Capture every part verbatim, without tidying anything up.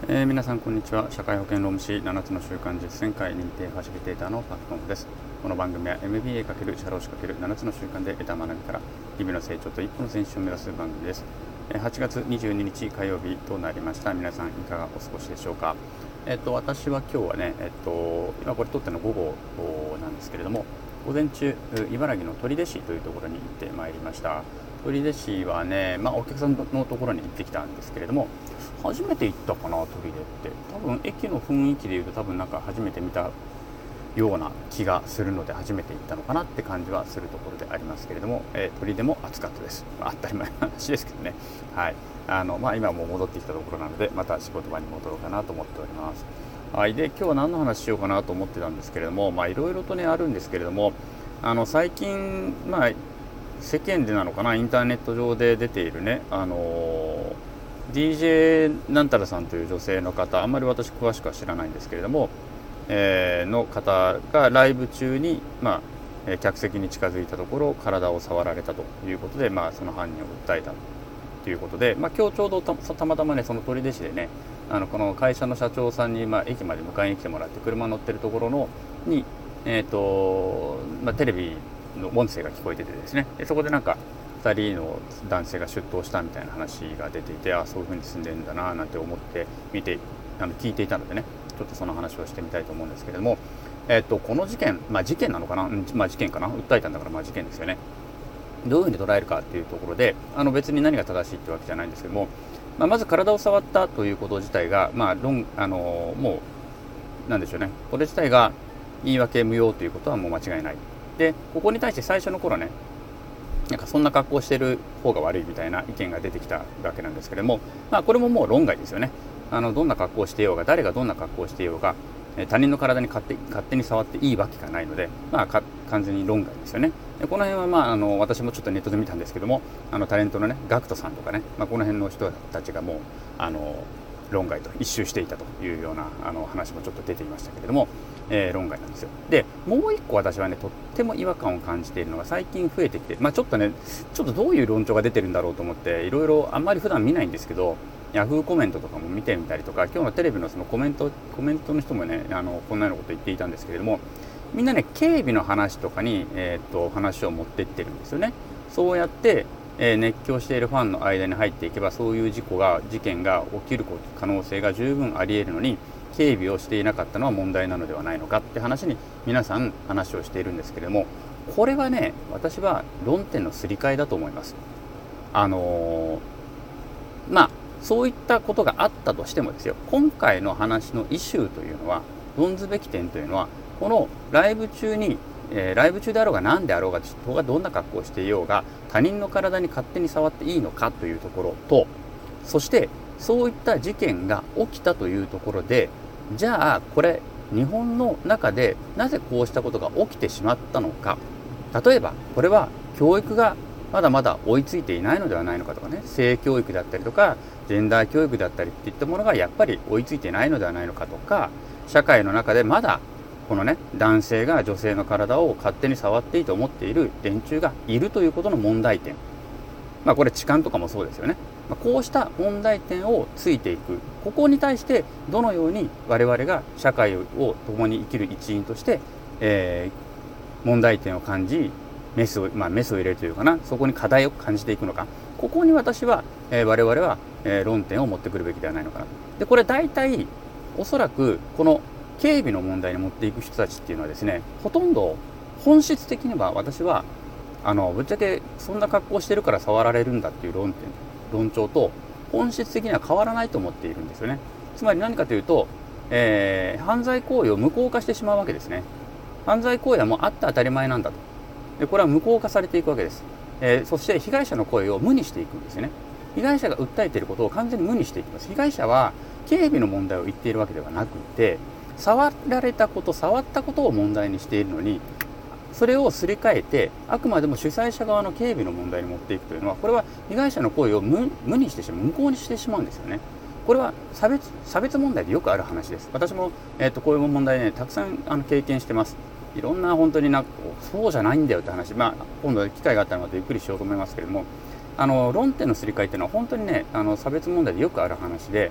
えー皆さんこんにちは。社会保険労務士ななつの習慣実践会認定ファシリテーターのパクトンです。この番組は エムビーエー× 社労士×ななつの習慣で得た学びから日々の成長と一歩の前進を目指す番組です。えーはちがつにじゅうににち火曜日となりました。皆さんいかがお過ごしでしょうか。えっと私は今日はね、えっと今これ撮っての午後なんですけれども、午前中茨城の取手市というところに行ってまいりました。取手市はね、まあ、お客さんのところに行ってきたんですけれども、初めて行ったかな、取手って。多分駅の雰囲気でいうと多分なんか初めて見たような気がするので、初めて行ったのかなって感じはするところでありますけれども、えー、取手も暑かったです。まあ、当たり前の話ですけどね。はい。あのまあ、今はもう戻ってきたところなので、また仕事場に戻ろうかなと思っております。はい。で、今日は何の話しようかなと思ってたんですけれども、まあいろいろとねあるんですけれども、あの最近まあ世間でなのかな、インターネット上で出ているね、あのー、ディージェー なんたらさんという女性の方、あんまり私詳しくは知らないんですけれども、えー、の方がライブ中に、まあ、客席に近づいたところ体を触られたということで、まあ、その犯人を訴えたということで、まあ、今日ちょうど た, たまたまね、その取手市でね、あのこの会社の社長さんに、まあ、駅まで迎えに来てもらって、車乗ってるところのに、えーとまあ、テレビの音声が聞こえててですね、でそこでなんかふたりの男性が出頭したみたいな話が出ていて、ああそういう風に進んでるんだななんて思って見てあの聞いていたのでね、ちょっとその話をしてみたいと思うんですけれども、えっとこの事件、まあ事件なのかな、うんまあ事件かな、訴えたんだからまあ事件ですよね。どういう風に捉えるかっていうところで、あの別に何が正しいってわけじゃないんですけども、まあ、まず体を触ったということ自体が、まあ論あのもうなんでしょうね、これ自体が言い訳無用ということはもう間違いない。でここに対して最初の頃ね、なんかそんな格好してる方が悪いみたいな意見が出てきたわけなんですけれども、まあ、これももう論外ですよね。あのどんな格好をしていようが、誰がどんな格好をしていようが、他人の体に勝手勝手に触っていいわけがないので、まあ、完全に論外ですよね。でこの辺は、まあ、あの私もちょっとネットで見たんですけども、あのタレントのねガクトさんとかね、まあ、この辺の人たちがもうあの論外と一周していたというようなあの話もちょっと出ていましたけれども、えー、論外なんですよ。でもう一個私はねとっても違和感を感じているのが最近増えてきて、まあ、ちょっとねちょっとどういう論調が出てるんだろうと思っていろいろあんまり普段見ないんですけど、ヤフーコメントとかも見てみたりとか、今日のテレビのそのコメントコメントの人もね、あのこんなようなこと言っていたんですけれども、みんなね警備の話とかに、えー、っと話を持っていってるんですよね。そうやって、えー、熱狂しているファンの間に入っていけば、そういう事故が事件が起きる可能性が十分あり得るのに、警備をしていなかったのは問題なのではないのかって話に皆さん話をしているんですけれども、これはね私は論点のすり替えだと思います。あのー、まあそういったことがあったとしてもですよ、今回の話のイシューというのは、論ずべき点というのは、このライブ中に、えー、ライブ中であろうが何であろうが、人がどんな格好をしていようが、他人の体に勝手に触っていいのかというところと、そしてそういった事件が起きたというところで、じゃあこれ日本の中でなぜこうしたことが起きてしまったのか。例えばこれは教育がまだまだ追いついていないのではないのかとかね、性教育だったりとかジェンダー教育だったりっていったものがやっぱり追いついていないのではないのかとか、社会の中でまだこのね男性が女性の体を勝手に触っていいと思っている連中がいるということの問題点、まあこれ痴漢とかもそうですよね。こうした問題点をついていく、ここに対してどのように我々が社会を共に生きる一員として、えー、問題点を感じメスを、まあ、メスを入れるというかな、そこに課題を感じていくのか、ここに私は、えー、我々は、えー、論点を持ってくるべきではないのかな。でこれ大体おそらくこの警備の問題に持っていく人たちっていうのはですね、ほとんど本質的には私はあのぶっちゃけそんな格好してるから触られるんだっていう論点論調と本質的には変わらないと思っているんですよね。つまり何かというと、えー、犯罪行為を無効化してしまうわけですね。犯罪行為はもうあって当たり前なんだと。でこれは無効化されていくわけです。えー、そして被害者の声を無にしていくんですよね。被害者が訴えていることを完全に無にしていきます。被害者は警備の問題を言っているわけではなくて、触られたこと、触ったことを問題にしているのに、それをすり替えてあくまでも主催者側の警備の問題に持っていくというのは、これは被害者の声を 無, 無にしてしまう、無効にしてしまうんですよね。これは差別差別問題でよくある話です。私も、えー、とこういう問題ねたくさんあの経験してます。いろんな本当になんかそうじゃないんだよって話、まあ、今度機会があったらまたゆっくりしようと思いますけれども、あの論点のすり替えっていうのは本当にね、あの差別問題でよくある話で、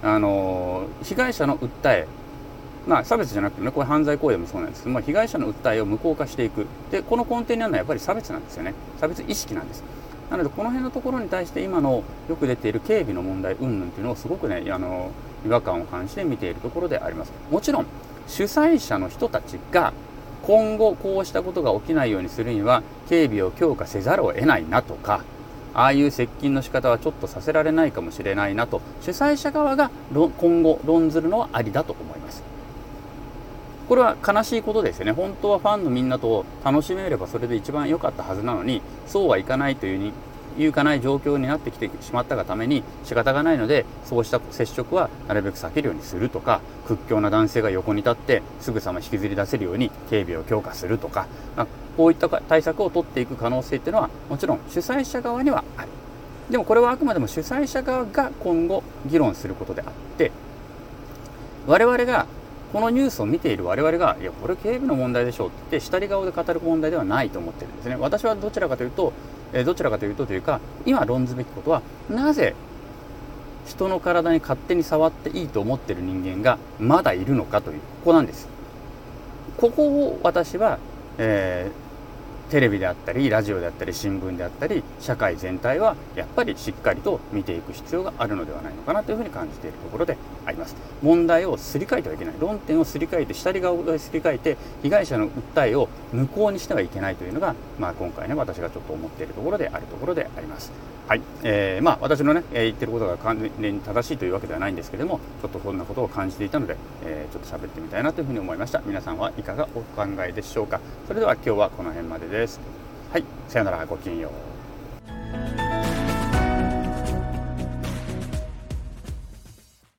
あの被害者の訴え、まあ、差別じゃなくてね、これ犯罪行為でもそうなんですけど、まあ、被害者の訴えを無効化していく。でこの根底にあるのはやっぱり差別なんですよね。差別意識なんです。なのでこの辺のところに対して今のよく出ている警備の問題云々というのをすごくね、あの違和感を感じて見ているところであります。もちろん主催者の人たちが今後こうしたことが起きないようにするには警備を強化せざるを得ないなとか、ああいう接近の仕方はちょっとさせられないかもしれないなと主催者側が今後論ずるのはありだと思います。これは悲しいことですよね。本当はファンのみんなと楽しめればそれで一番良かったはずなのに、そうはいかないというにいうかない状況になってきてしまったがために仕方がないので、そうした接触はなるべく避けるようにするとか、屈強な男性が横に立ってすぐさま引きずり出せるように警備を強化するとか、こういった対策を取っていく可能性っていうのはもちろん主催者側にはある。でもこれはあくまでも主催者側が今後議論することであって、我々がこのニュースを見ている我々が、いやこれ警備の問題でしょうって下り顔で語る問題ではないと思ってるんですね。私はどちらかというと、えどちらかというとというか、今論ずべきことは、なぜ人の体に勝手に触っていいと思っている人間がまだいるのかという、ここなんです。ここを私は、えーテレビであったりラジオであったり新聞であったり社会全体はやっぱりしっかりと見ていく必要があるのではないのかなというふうに感じているところであります。問題をすり替えてはいけない、論点をすり替えて下り顔ですり替えて被害者の訴えを無効にしてはいけないというのが、まあ、今回ね私がちょっと思っているところであるところであります。はい、えー、まあ私のね、えー、言ってることが完全に正しいというわけではないんですけれども、ちょっとこんなことを感じていたので、えー、ちょっと喋ってみたいなというふうに思いました。皆さんはいかがお考えでしょうか。それでは今日はこの辺までです。はい、さよなら、ごきげんよう。